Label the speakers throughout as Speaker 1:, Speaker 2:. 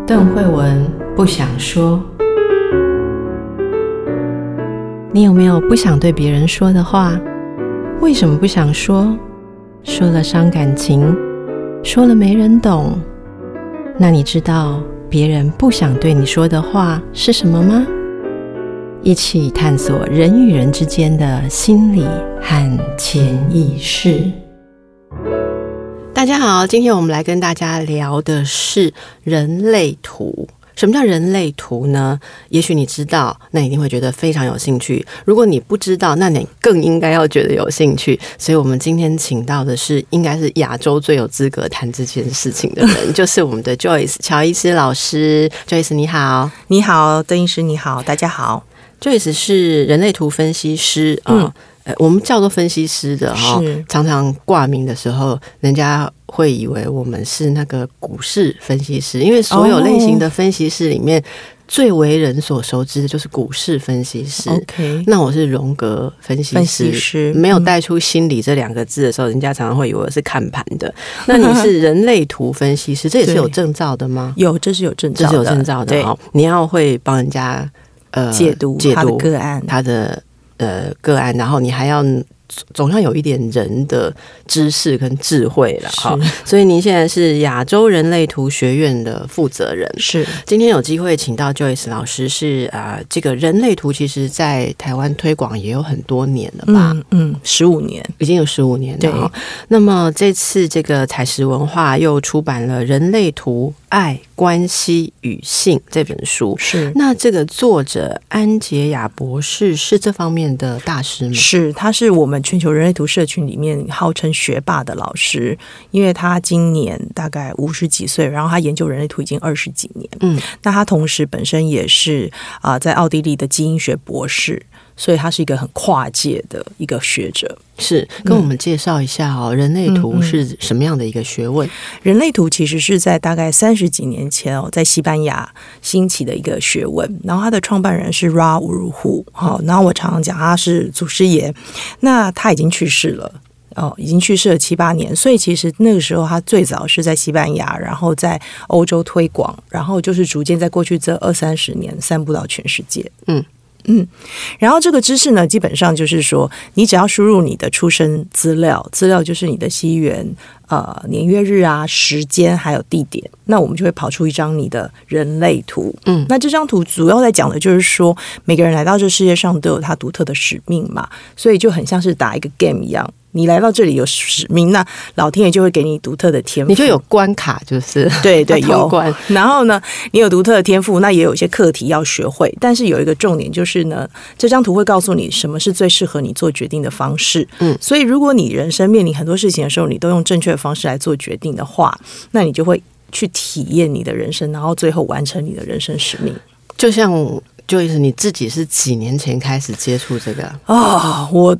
Speaker 1: 邓惠文不想说。你有没有不想对别人说的话？为什么不想说？说了伤感情，说了没人懂。那你知道别人不想对你说的话是什么吗？一起探索人与人之间的心理和潜意识。大家好，今天我们来跟大家聊的是人类图。什么叫人类图呢？也许你知道，那你一定会觉得非常有兴趣。如果你不知道，那你更应该要觉得有兴趣。所以我们今天请到的是应该是亚洲最有资格谈这件事情的人，就是我们的 Joyce 乔医师老师。Joyce 你好。
Speaker 2: 你好，邓医师你好，大家好。
Speaker 1: Joyce 是人类图分析师我们叫做分析师的常常挂名的时候，人家会以为我们是那个股市分析师，因为所有类型的分析师里面，最为人所熟知的就是股市分析师。那我是荣格分析师，没有带出心理这两个字的时候，人家常常会以为我是看盘的。那你是人类图分析师，这也是有证照的吗？
Speaker 2: 有，这是有证照的，
Speaker 1: 这是有证照的。你要会帮人家
Speaker 2: 解读他的个案，
Speaker 1: 他的个案，然后你还要总要有一点人的知识跟智慧了。所以您现在是亚洲人类图学院的负责人。
Speaker 2: 是，今
Speaker 1: 天有机会请到 Joyce 老师，是这个人类图其实在台湾推广也有很多年了吧
Speaker 2: ？15年，
Speaker 1: 已经有15年了。
Speaker 2: 对。
Speaker 1: 那么这次这个采实文化又出版了《人类图：爱、关系与性》这本书。
Speaker 2: 是。
Speaker 1: 那这个作者安杰雅博士是这方面的大师吗？
Speaker 2: 是，他是我们全球人类图社群里面号称学霸的老师，因为他今年大概50几岁，然后他研究人类图已经20几年。那他同时本身也是在奥地利的基因学博士，所以他是一个很跨界的一个学者。
Speaker 1: 是，跟我们介绍一下人类图是什么样的一个学问？
Speaker 2: 人类图其实是在大概30几年前在西班牙兴起的一个学问，然后他的创办人是 Ra Uru Hu， 然后我常常讲他是祖师爷，那他已经去世了。已经去世了7、8年，所以其实那个时候他最早是在西班牙，然后在欧洲推广，然后就是逐渐在过去这20-30年散布到全世界。然后这个知识呢，基本上就是说，你只要输入你的出生资料就是你的西元、年月日啊、时间还有地点，那我们就会跑出一张你的人类图。那这张图主要在讲的就是说，每个人来到这世界上都有他独特的使命嘛，所以就很像是打一个 game 一样。你来到这里有使命，那老天爷就会给你独特的天赋，
Speaker 1: 你就有关卡，就是
Speaker 2: 对有关。然后呢，你有独特的天赋，那也有一些课题要学会。但是有一个重点就是呢，这张图会告诉你什么是最适合你做决定的方式。所以如果你人生面临很多事情的时候，你都用正确的方式来做决定的话，那你就会去体验你的人生，然后最后完成你的人生使命。
Speaker 1: 就像就是你自己是几年前开始接触这个
Speaker 2: 我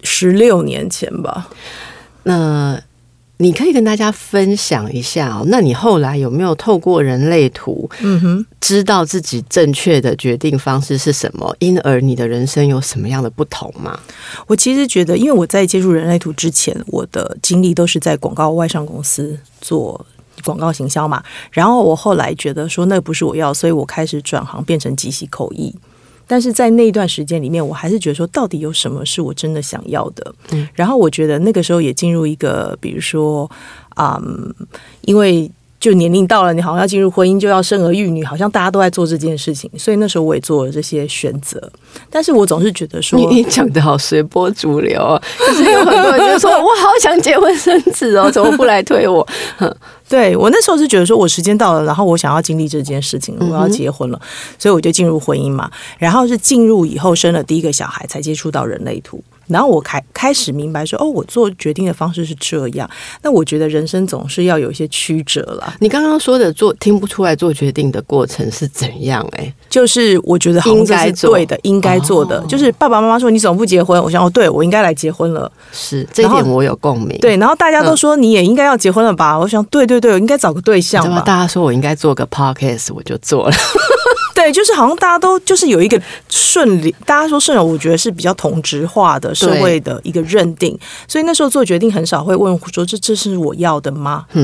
Speaker 2: 16年前吧。
Speaker 1: 那你可以跟大家分享一下那你后来有没有透过人类图知道自己正确的决定方式是什么，因而你的人生有什么样的不同吗？
Speaker 2: 我其实觉得，因为我在接触人类图之前，我的经历都是在广告外商公司做广告行销嘛，然后我后来觉得说那不是我要，所以我开始转行变成即席口译。但是在那一段时间里面，我还是觉得说到底有什么是我真的想要的。然后我觉得那个时候也进入一个比如说因为就年龄到了，你好像要进入婚姻，就要生儿育女，好像大家都在做这件事情，所以那时候我也做了这些选择。但是我总是觉得说，
Speaker 1: 你讲得好随波逐流可是有很多人就说我好想结婚生子怎么不来推我
Speaker 2: 对，我那时候是觉得说我时间到了，然后我想要经历这件事情，我要结婚了，所以我就进入婚姻嘛。然后是进入以后生了第一个小孩才接触到人类图，然后我开始明白说我做决定的方式是这样。那我觉得人生总是要有一些曲折啦。
Speaker 1: 你刚刚说的听不出来做决定的过程是怎样
Speaker 2: 就是我觉得好像这是对的，应该做的。就是爸爸妈妈说你怎么不结婚，我想对，我应该来结婚了。
Speaker 1: 是，这一点我有共鸣。
Speaker 2: 对，然后大家都说你也应该要结婚了吧，我想对，我应该找个对象吧。
Speaker 1: 大家说我应该做个 podcast， 我就做了。
Speaker 2: 对，就是好像大家都就是有一个顺理，大家说顺流，我觉得是比较同质化的社会的一个认定，所以那时候做决定很少会问说这是我要的吗？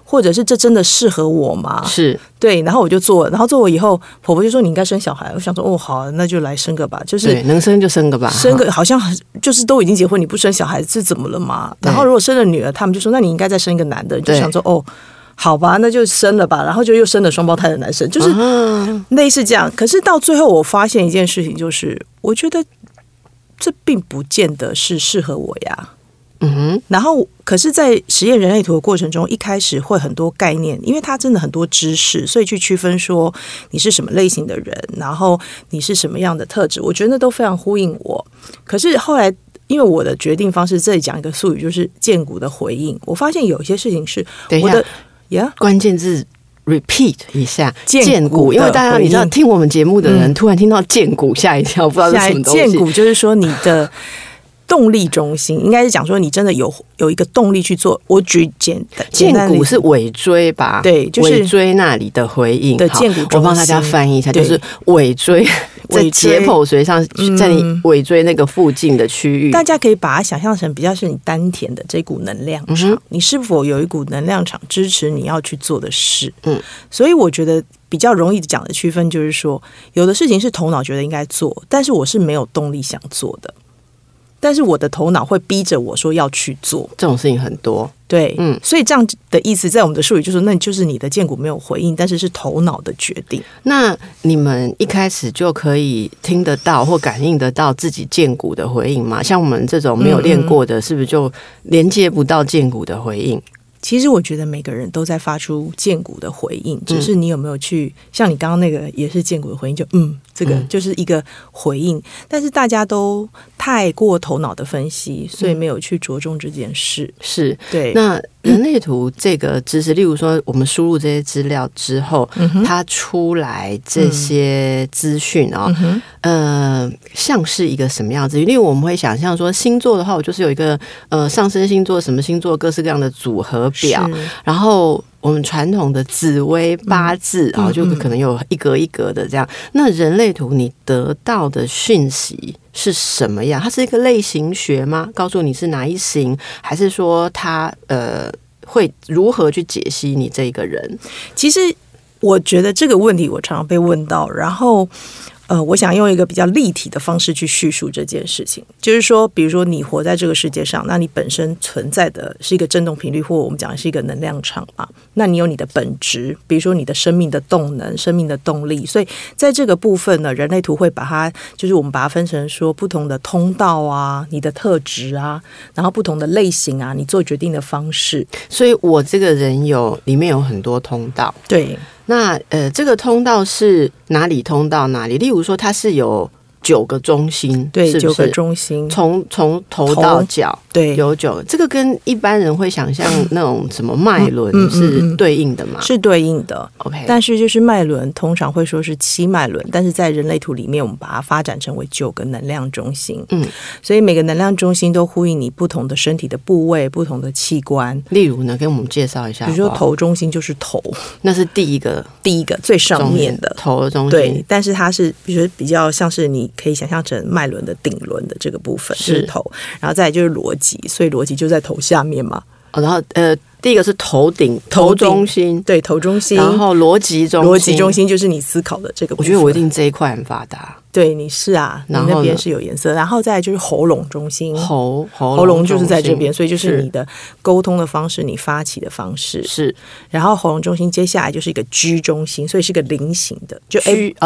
Speaker 2: 或者是这真的适合我吗？
Speaker 1: 是
Speaker 2: 对，然后我就做了，然后做了以后，婆婆就说你应该生小孩。我想说，哦，好，那就来生个吧，就是
Speaker 1: 对，能生就生个吧，
Speaker 2: 生个好像就是都已经结婚，你不生小孩是怎么了嘛？然后如果生了女儿，他们就说，那你应该再生一个男的，你就想说，哦，好吧，那就生了吧，然后就又生了双胞胎的男生，就是类似这样。可是到最后，我发现一件事情，就是我觉得这并不见得是适合我呀。然后可是在实验人类图的过程中，一开始会很多概念，因为它真的很多知识，所以去区分说你是什么类型的人，然后你是什么样的特质，我觉得那都非常呼应我。可是后来因为我的决定方式，这里讲一个术语，就是剑骨的回应，我发现有些事情是我的
Speaker 1: 关键字repeat 一下
Speaker 2: 剑骨，
Speaker 1: 因为大家你知道听我们节目的人突然听到剑骨吓一跳，不知道是什么东西。
Speaker 2: 剑骨就是说你的动力中心，应该是讲说你真的有一个动力去做。我举剑
Speaker 1: 骨是尾椎吧？
Speaker 2: 对，就是
Speaker 1: 尾椎那里的回应
Speaker 2: 的剑骨中心。
Speaker 1: 我帮大家翻译一下，就是尾椎在解剖学上，在你尾椎那个附近的区域。
Speaker 2: 大家可以把它想象成比较是你丹田的这股能量场，你是否有一股能量场支持你要去做的事？所以我觉得比较容易讲的区分就是说，有的事情是头脑觉得应该做，但是我是没有动力想做的。但是我的头脑会逼着我说要去做，
Speaker 1: 这种事情很多。
Speaker 2: 对，所以这样的意思，在我们的术语就是，那就是你的剑骨没有回应，但是是头脑的决定。
Speaker 1: 那你们一开始就可以听得到或感应得到自己剑骨的回应吗？像我们这种没有练过的，是不是就连接不到剑骨的回应？
Speaker 2: 其实我觉得每个人都在发出剑骨的回应，只是你有没有去像你刚刚那个也是剑骨的回应，就这个就是一个回应，但是大家都太过头脑的分析，所以没有去着重这件事。
Speaker 1: 是，
Speaker 2: 对。
Speaker 1: 那人类图这个知识，例如说我们输入这些资料之后，它出来这些资讯像是一个什么样子？例如我们会想象说，星座的话，我就是有一个上升星座、什么星座各式各样的组合表，然后我们传统的紫微八字就可能有一格一格的这样。那人类图你得到的讯息是什么样？它是一个类型学吗？告诉你是哪一型，还是说它会如何去解析你这个人？
Speaker 2: 其实我觉得这个问题我常常被问到，然后我想用一个比较立体的方式去叙述这件事情，就是说，比如说你活在这个世界上，那你本身存在的是一个振动频率，或我们讲的是一个能量场嘛。那你有你的本质，比如说你的生命的动能、生命的动力，所以在这个部分呢，人类图会把它，就是我们把它分成说不同的通道啊，你的特质啊，然后不同的类型啊，你做决定的方式。
Speaker 1: 所以我这个人里面有很多通道，
Speaker 2: 对。
Speaker 1: 那这个通道是哪里通到哪里？例如说，它是有9个中心，
Speaker 2: 对，
Speaker 1: 是不是
Speaker 2: 9个中心，
Speaker 1: 从头到脚，
Speaker 2: 对，
Speaker 1: 有9。这个跟一般人会想象那种什么脉轮是对应的吗？
Speaker 2: 是对应的。
Speaker 1: OK，
Speaker 2: 但是就是脉轮通常会说是7脉轮，但是在人类图里面，我们把它发展成为9个能量中心。所以每个能量中心都呼应你不同的身体的部位、不同的器官。
Speaker 1: 例如呢，跟我们介绍一下。
Speaker 2: 比如说头中心就是头，
Speaker 1: 那是第一个
Speaker 2: 最上面的
Speaker 1: 头的中心。
Speaker 2: 对，但是它是比如说比较像是你可以想象成脉轮的顶轮的这个部分是头，然后再来就是逻辑，所以逻辑就在头下面嘛。
Speaker 1: 然后第一个是头顶头中心，
Speaker 2: 对，头中心，
Speaker 1: 然后逻辑中心
Speaker 2: 就是你思考的这个部分。
Speaker 1: 我觉得我一定这一块很发达。
Speaker 2: 对，你是啊，你那边是有颜色，然后再来就是喉咙中心，
Speaker 1: 喉
Speaker 2: 咙就是在这边，所以就是你的沟通的方式，你发起的方式
Speaker 1: 是。
Speaker 2: 然后喉咙中心接下来就是一个 G 中心，所以是个菱形的，就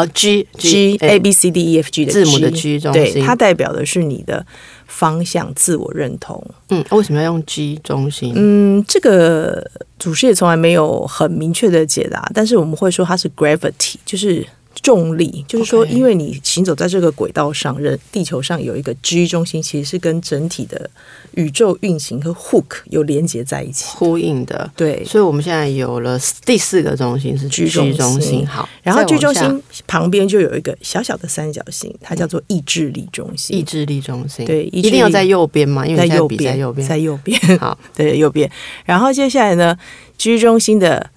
Speaker 2: G A B C D E F G 的
Speaker 1: 字母的 G 中心，
Speaker 2: 对，它代表的是你的方向、自我认同。
Speaker 1: 为什么要用 G 中心？
Speaker 2: 这个祖师也从来没有很明确的解答，但是我们会说它是 gravity， 就是重力，就是说因为你行走在这个轨道上，地球上有一个 G 中心，其实是跟整体的宇宙运行和 hook 有连接在一起，
Speaker 1: 呼应的。
Speaker 2: 对，
Speaker 1: 所以我们现在有了第4个中心是 G 中心。好，
Speaker 2: 然后 G 中心旁边就有一个小小的三角形，它叫做意志力中心。
Speaker 1: 意志力中心，
Speaker 2: 对，
Speaker 1: 一定要在右边吗？因为在右边，
Speaker 2: 在右边。
Speaker 1: 好，
Speaker 2: 对，右边。然后接下来呢，G 中心的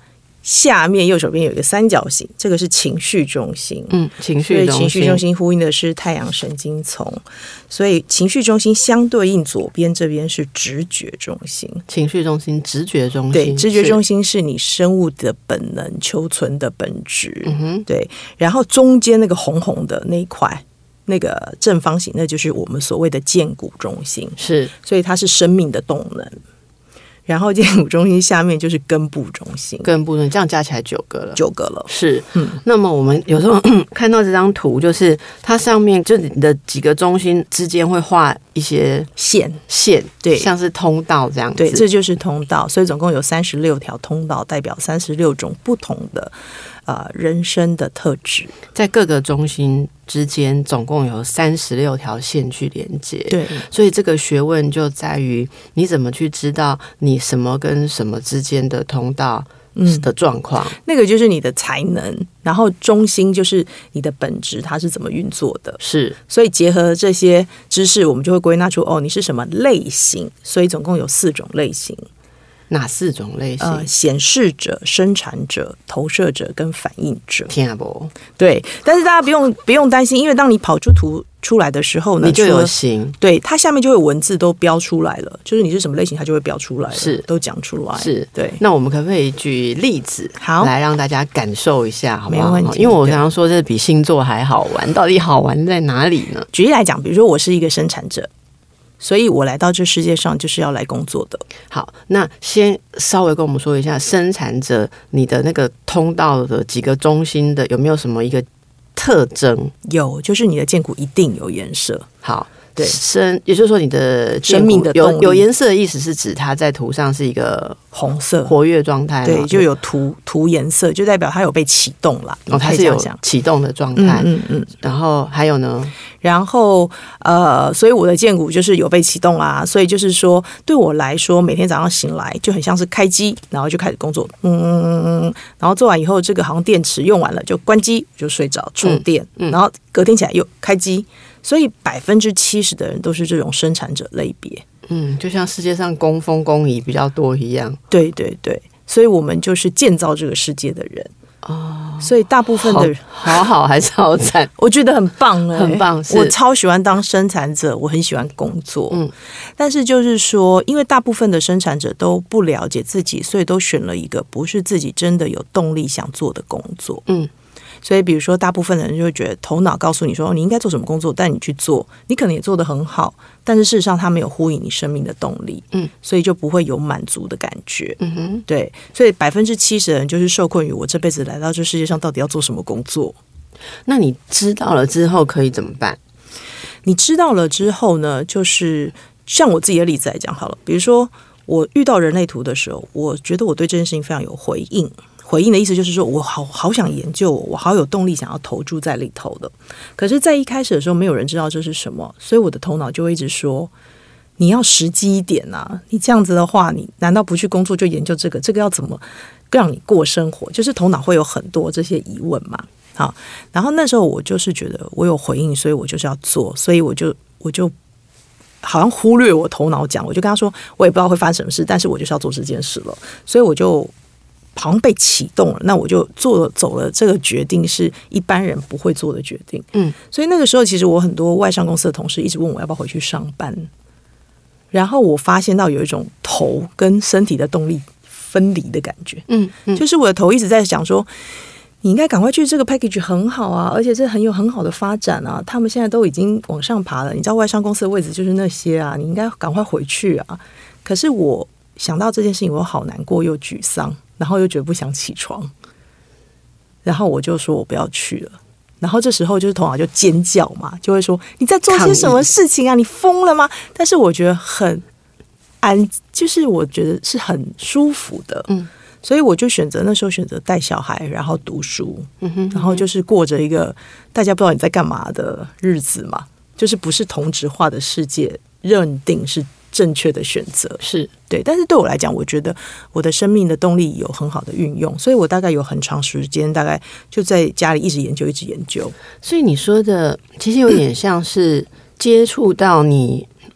Speaker 2: 下面右手边有一个三角形，这个是情绪中心。
Speaker 1: 情绪中心，
Speaker 2: 情绪中心呼应的是太阳神经丛，所以情绪中心相对应左边这边是直觉中心。
Speaker 1: 情绪中心、直觉中心，
Speaker 2: 对，直觉中心是你生物的本能、求存的本质。对，然后中间那个红红的那一块。那个正方形，那就是我们所谓的剑骨中心，
Speaker 1: 是，
Speaker 2: 所以它是生命的动能。然后剑骨中心下面就是根部中心，
Speaker 1: 根部中心，这样加起来9个了，是。那么我们有时候看到这张图，就是它上面就你的几个中心之间会画一些线，
Speaker 2: 对，
Speaker 1: 像是通道这样子。
Speaker 2: 对，这就是通道。所以总共有36条通道，代表36种不同的人生的特质，
Speaker 1: 在各个中心之间总共有36条线去连接。
Speaker 2: 对，
Speaker 1: 所以这个学问就在于你怎么去知道你什么跟什么之间的通道的状况。
Speaker 2: 那个就是你的才能，然后中心就是你的本质，它是怎么运作的。
Speaker 1: 是，
Speaker 2: 所以结合这些知识，我们就会归纳出你是什么类型。所以总共有4种类型。
Speaker 1: 哪4种类型？
Speaker 2: 显示者、生产者、投射者跟反应者。
Speaker 1: 听不？
Speaker 2: 对，但是大家不用担心，因为当你跑出图出来的时候呢，
Speaker 1: 你就有型。
Speaker 2: 对，它下面就会有文字都标出来了，就是你是什么类型，它就会标出来了，
Speaker 1: 是
Speaker 2: 都讲出来。
Speaker 1: 是，
Speaker 2: 对。
Speaker 1: 那我们可不可以举例子，
Speaker 2: 好，
Speaker 1: 来让大家感受一下，好不好？
Speaker 2: 没问题。
Speaker 1: 因为我常常说，这比星座还好玩，到底好玩在哪里呢？
Speaker 2: 举例来讲，比如说我是一个生产者。所以我来到这世界上就是要来工作的。
Speaker 1: 好，那先稍微跟我们说一下，生产者你的那个通道的几个中心的有没有什么一个特征？
Speaker 2: 有，就是你的剑骨一定有颜色。
Speaker 1: 好，
Speaker 2: 对，
Speaker 1: 也就是说你的
Speaker 2: 生命的动力
Speaker 1: 有颜色的意思是指它在图上是一个
Speaker 2: 红色
Speaker 1: 活跃状态，
Speaker 2: 对，就有涂颜色，就代表它有被启动了。
Speaker 1: 它是有启动的状态。然后还有呢？
Speaker 2: 然后所以我的剑骨就是有被启动啦，所以就是说对我来说，每天早上醒来就很像是开机，然后就开始工作，然后做完以后，这个好像电池用完了就关机，就睡着充电，然后隔天起来又开机，所以70%的人都是这种生产者类别。
Speaker 1: 就像世界上工蜂工蚁比较多一样。
Speaker 2: 对对对，所以我们就是建造这个世界的人。所以大部分的人
Speaker 1: 好还是好惨？
Speaker 2: 我觉得很棒
Speaker 1: 很棒。
Speaker 2: 我超喜欢当生产者，我很喜欢工作。但是就是说，因为大部分的生产者都不了解自己，所以都选了一个不是自己真的有动力想做的工作。所以比如说大部分的人就会觉得头脑告诉你说你应该做什么工作，但你去做，你可能也做得很好，但是事实上它没有呼应你生命的动力。所以就不会有满足的感觉。对，所以70%的人就是受困于我这辈子来到这世界上到底要做什么工作。
Speaker 1: 那你知道了之后可以怎么办？
Speaker 2: 你知道了之后呢，就是像我自己的例子来讲好了，比如说我遇到人类图的时候，我觉得我对这件事情非常有回应。回应的意思就是说我好想研究，我好有动力想要投注在里头的。可是在一开始的时候没有人知道这是什么，所以我的头脑就会一直说你要实际一点啊，你这样子的话你难道不去工作就研究这个要怎么让你过生活，就是头脑会有很多这些疑问嘛。好，然后那时候我就是觉得我有回应，所以我就是要做，所以我就好像忽略我头脑讲，我就跟他说我也不知道会发生什么事，但是我就是要做这件事了，所以我就好像被启动了，那我就走了这个决定，是一般人不会做的决定。所以那个时候其实我很多外商公司的同事一直问我要不要回去上班，然后我发现到有一种头跟身体的动力分离的感觉。就是我的头一直在讲说你应该赶快去，这个 package 很好啊，而且这很好的发展啊，他们现在都已经往上爬了，你知道外商公司的位置就是那些啊，你应该赶快回去啊。可是我想到这件事情，我好难过又沮丧，然后又觉得不想起床，然后我就说我不要去了。然后这时候就是头脑就尖叫嘛，就会说你在做些什么事情啊，你疯了吗？但是我觉得很就是我觉得是很舒服的。所以我就那时候选择带小孩，然后读书，然后就是过着一个大家不知道你在干嘛的日子嘛，就是不是同质化的世界认定是正确的选择，是对。但是对我来讲，我觉得我的生命的动力有很好的运用，所以我大概有很长时间，大概就在家里一直研究。
Speaker 1: 所以你说的其实有点像是接触到你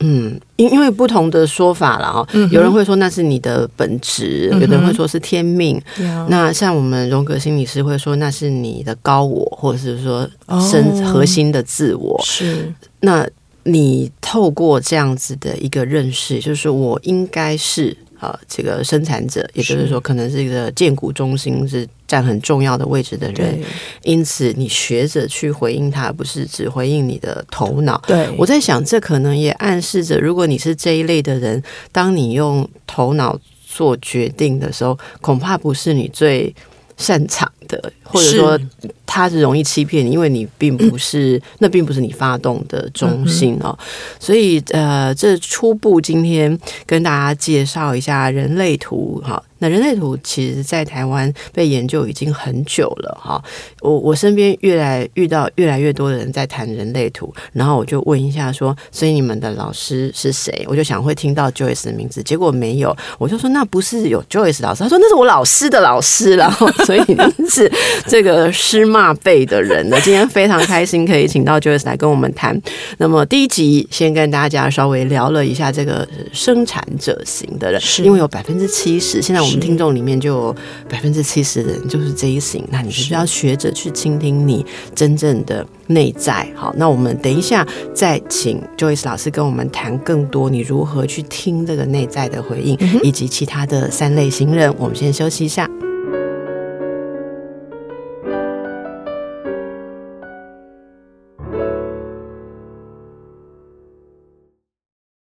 Speaker 1: 因为不同的说法啦，有人会说那是你的本质，有的人会说是天命。那像我们荣格心理师会说那是你的高我，或者是说核心的自我。
Speaker 2: 是，
Speaker 1: 那你透过这样子的一个认识，就是我应该是这个生产者，也就是说可能是一个建股中心是占很重要的位置的人，因此你学着去回应他，而不是只回应你的头脑。
Speaker 2: 对，
Speaker 1: 我在想这可能也暗示着，如果你是这一类的人，当你用头脑做决定的时候，恐怕不是你最擅长的，或者说它是容易欺骗你，因为你并不是那并不是你发动的中心哦。所以这初步今天跟大家介绍一下人类图哈。那人类图其实在台湾被研究已经很久了哈。我身边遇到越来越多的人在谈人类图，然后我就问一下说，所以你们的老师是谁？我就想会听到 Joyce 的名字，结果没有，我就说那不是有 Joyce 老师？他说那是我老师的老师，然后所以是这个诗骂辈的人呢。今天非常开心可以请到 Joyce 来跟我们谈。那么第一集先跟大家稍微聊了一下这个生产者型的人，因为有70%，现在我们听众里面就有70%的人就是这一型，那你是要学着去倾听你真正的内在。好，那我们等一下再请 Joyce 老师跟我们谈更多你如何去听这个内在的回应，以及其他的3类型人。我们先休息一下。